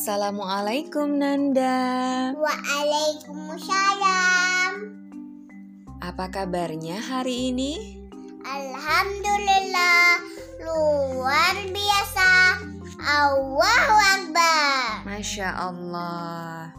Assalamualaikum Nanda. Waalaikumsalam. Apa kabarnya hari ini? Alhamdulillah, luar biasa. Allahu Akbar. Masya Allah.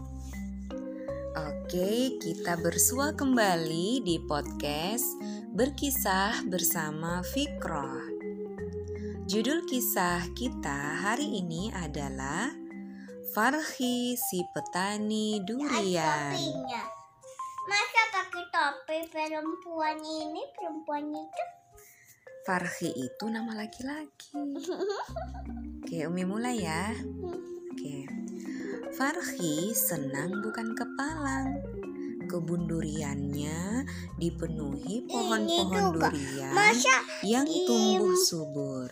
Oke, kita bersua kembali di podcast Berkisah bersama Fikroh. Judul kisah kita hari ini adalah Farhi si petani durian. Topinya. Masa pakai topi perempuan itu? Farhi itu nama laki-laki. Oke, Umi mulai ya. Oke. Farhi senang bukan kepalang. Kebun duriannya dipenuhi pohon-pohon durian yang tumbuh subur.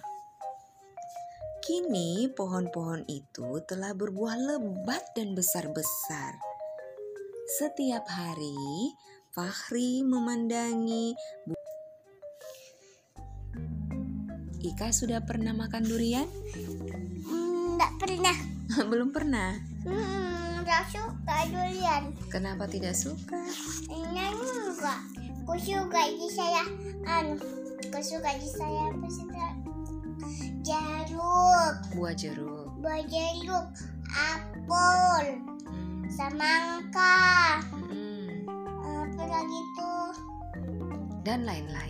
Kini pohon-pohon itu telah berbuah lebat dan besar-besar. Setiap hari, Farhi memandangi. Ika sudah pernah makan durian? Enggak pernah. Belum pernah? Enggak suka durian. Kenapa tidak suka? Enggak. Aku suka di saya apa sih? Jeruk. Buah jeruk. Apel. Semangka. Apa lagi tuh? Dan lain-lain.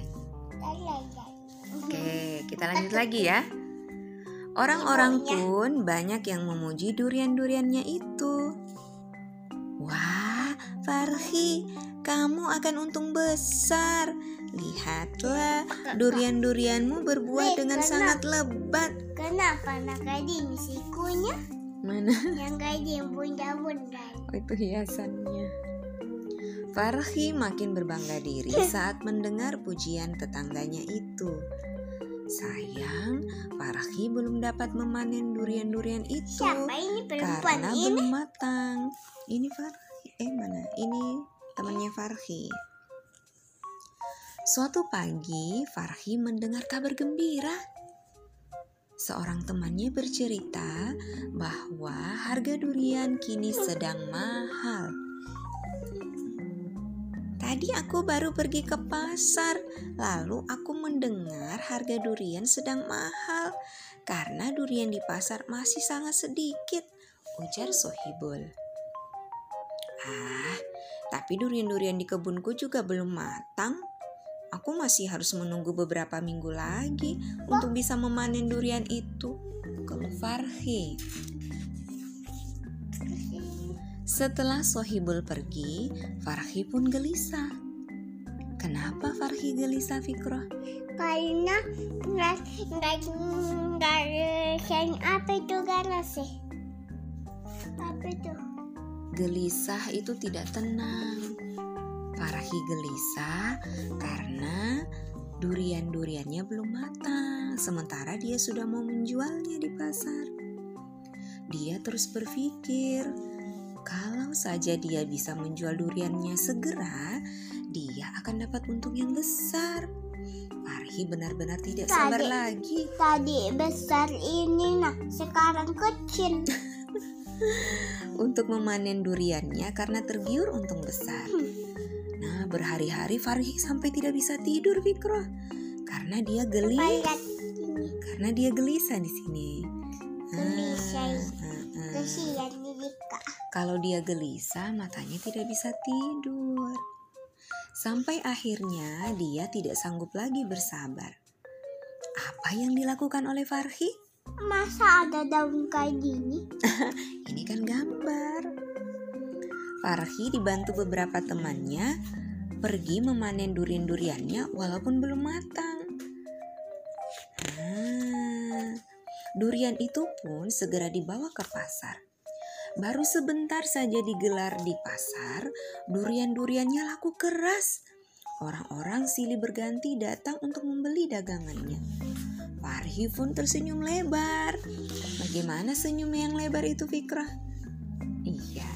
Oke, kita lanjut Betul. lagi ya. Orang-orang pun banyak yang memuji durian-duriannya itu. Wah, Farhi, kamu akan untung besar. Lihatlah, durian-durianmu berbuah dengan sangat lebat. Kenapa nak ini sikunya? Mana? Yang kayak yang bunda-bunda. Oh, itu hiasannya. Farhi makin berbangga diri saat mendengar pujian tetangganya itu. Sayang, Farhi belum dapat memanen durian-durian itu. Siapa ini perempuan karena ini? belum matang. Ini Farhi. Mana? Ini temannya Farhi. Suatu pagi, Farhi mendengar kabar gembira. Seorang temannya bercerita bahwa harga durian kini sedang mahal. Tadi aku baru pergi ke pasar, lalu aku mendengar harga durian sedang mahal karena durian di pasar masih sangat sedikit, ujar Sohibul. Tapi durian-durian di kebunku juga belum matang. Aku masih harus menunggu beberapa minggu lagi untuk bisa memanen durian itu, keluh Farhi. Setelah Sohibul pergi, Farhi pun gelisah. Kenapa Farhi gelisah, Fikroh? Karena nggak apa itu ganas sih? Apa itu? Gelisah itu tidak tenang. Farhi gelisah karena durian-duriannya belum matang, sementara dia sudah mau menjualnya di pasar. Dia terus berpikir, kalau saja dia bisa menjual duriannya segera, dia akan dapat untung yang besar. Farhi benar-benar tidak sabar lagi. Tadi besar ini, sekarang kecil. Untuk memanen duriannya karena tergiur untung besar. Nah, berhari-hari Farhi sampai tidak bisa tidur, Fikroh, karena dia gelisah. Karena dia gelisah di sini. Kesian Dika. Kalau dia gelisah, matanya tidak bisa tidur. Sampai akhirnya dia tidak sanggup lagi bersabar. Apa yang dilakukan oleh Farhi? Masa ada daun kayak gini? Ini kan gambar. Farhi dibantu beberapa temannya pergi memanen durian-duriannya walaupun belum matang. Durian itu pun segera dibawa ke pasar. Baru sebentar saja digelar di pasar, durian-duriannya laku keras. Orang-orang silih berganti datang untuk membeli dagangannya. Farhi pun tersenyum lebar. Bagaimana senyumnya yang lebar itu, Fikrah? Iya.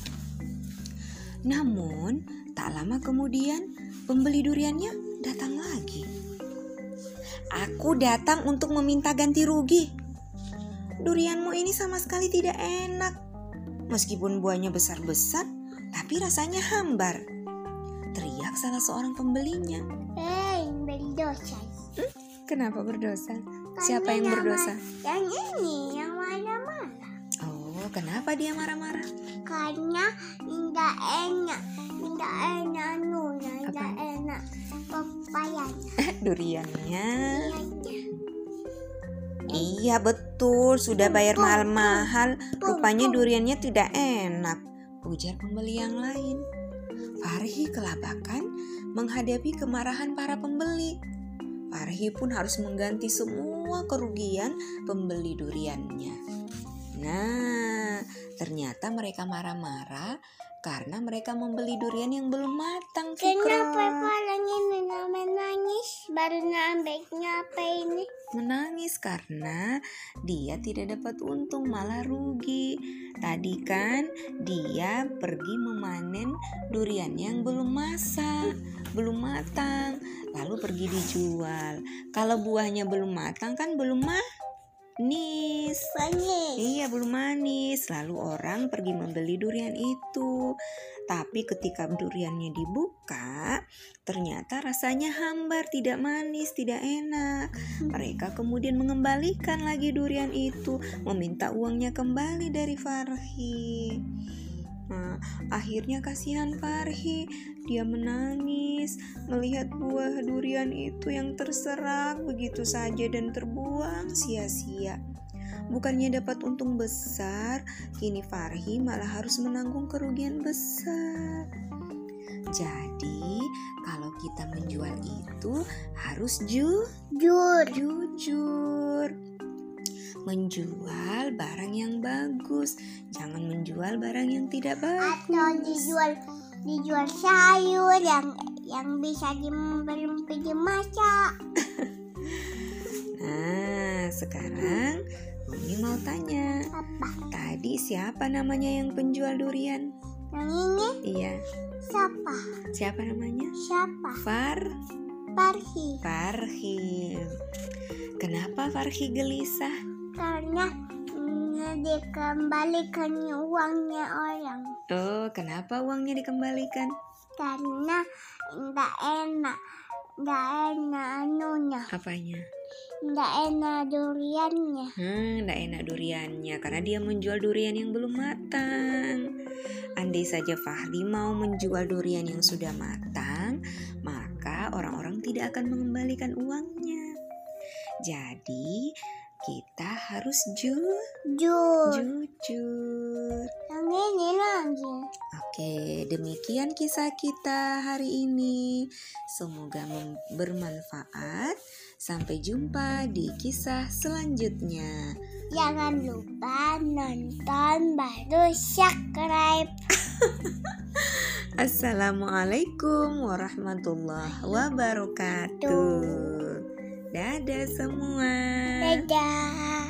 Namun, tak lama kemudian pembeli duriannya datang lagi. Aku datang untuk meminta ganti rugi. Durianmu ini sama sekali tidak enak. Meskipun buahnya besar-besar, tapi rasanya hambar. Teriak salah seorang pembelinya. Berdosa. Kenapa berdosa? Siapa yang berdosa? Yang ini, yang marah-marah. Oh, kenapa dia marah-marah? Karena tidak enak tidak enak papayanya. Duriannya. Iya betul, sudah bayar mahal-mahal, rupanya duriannya tidak enak, ujar pembeli yang lain. Farhi kelabakan menghadapi kemarahan para pembeli. Farhi pun harus mengganti semua kerugian pembeli duriannya. Nah, ternyata mereka marah-marah karena mereka membeli durian yang belum matang. Kenapa palanya menangis? Baru nambahnya apa ini? Menangis karena dia tidak dapat untung, malah rugi. Tadi kan dia pergi memanen durian yang belum masak, belum matang, lalu pergi dijual. Kalau buahnya belum matang kan belum manis. Iya, belum manis. Lalu orang pergi membeli durian itu. Tapi ketika duriannya dibuka, ternyata rasanya hambar, tidak manis, tidak enak. Mereka kemudian mengembalikan lagi durian itu, meminta uangnya kembali dari Farhi. Nah, akhirnya kasihan Farhi, dia menangis melihat buah durian itu yang terserak begitu saja dan terbuang sia-sia. Bukannya dapat untung besar, kini Farhi malah harus menanggung kerugian besar. Jadi, kalau kita menjual itu harus jujur. Menjual barang yang bagus, jangan menjual barang yang tidak bagus. Atau dijual sayur yang bisa dimasak. Nah, sekarang Umi mau tanya. Apa? Tadi siapa namanya yang penjual durian? Yang ini? Iya. Siapa namanya? Farhi. Kenapa Farhi gelisah? Karena dikembalikan uangnya orang. Oh, kenapa uangnya dikembalikan? Karena nggak enak anunya. Apanya? Nggak enak duriannya. Nggak enak duriannya karena dia menjual durian yang belum matang. Andai saja Farhi mau menjual durian yang sudah matang, maka orang-orang tidak akan mengembalikan uangnya. Jadi kita harus jujur. Yang ini lagi. Oke, demikian kisah kita hari ini. Semoga bermanfaat. Sampai jumpa di kisah selanjutnya. Jangan lupa nonton baru subscribe. Assalamualaikum warahmatullahi wabarakatuh. Dadah semua. Dadah.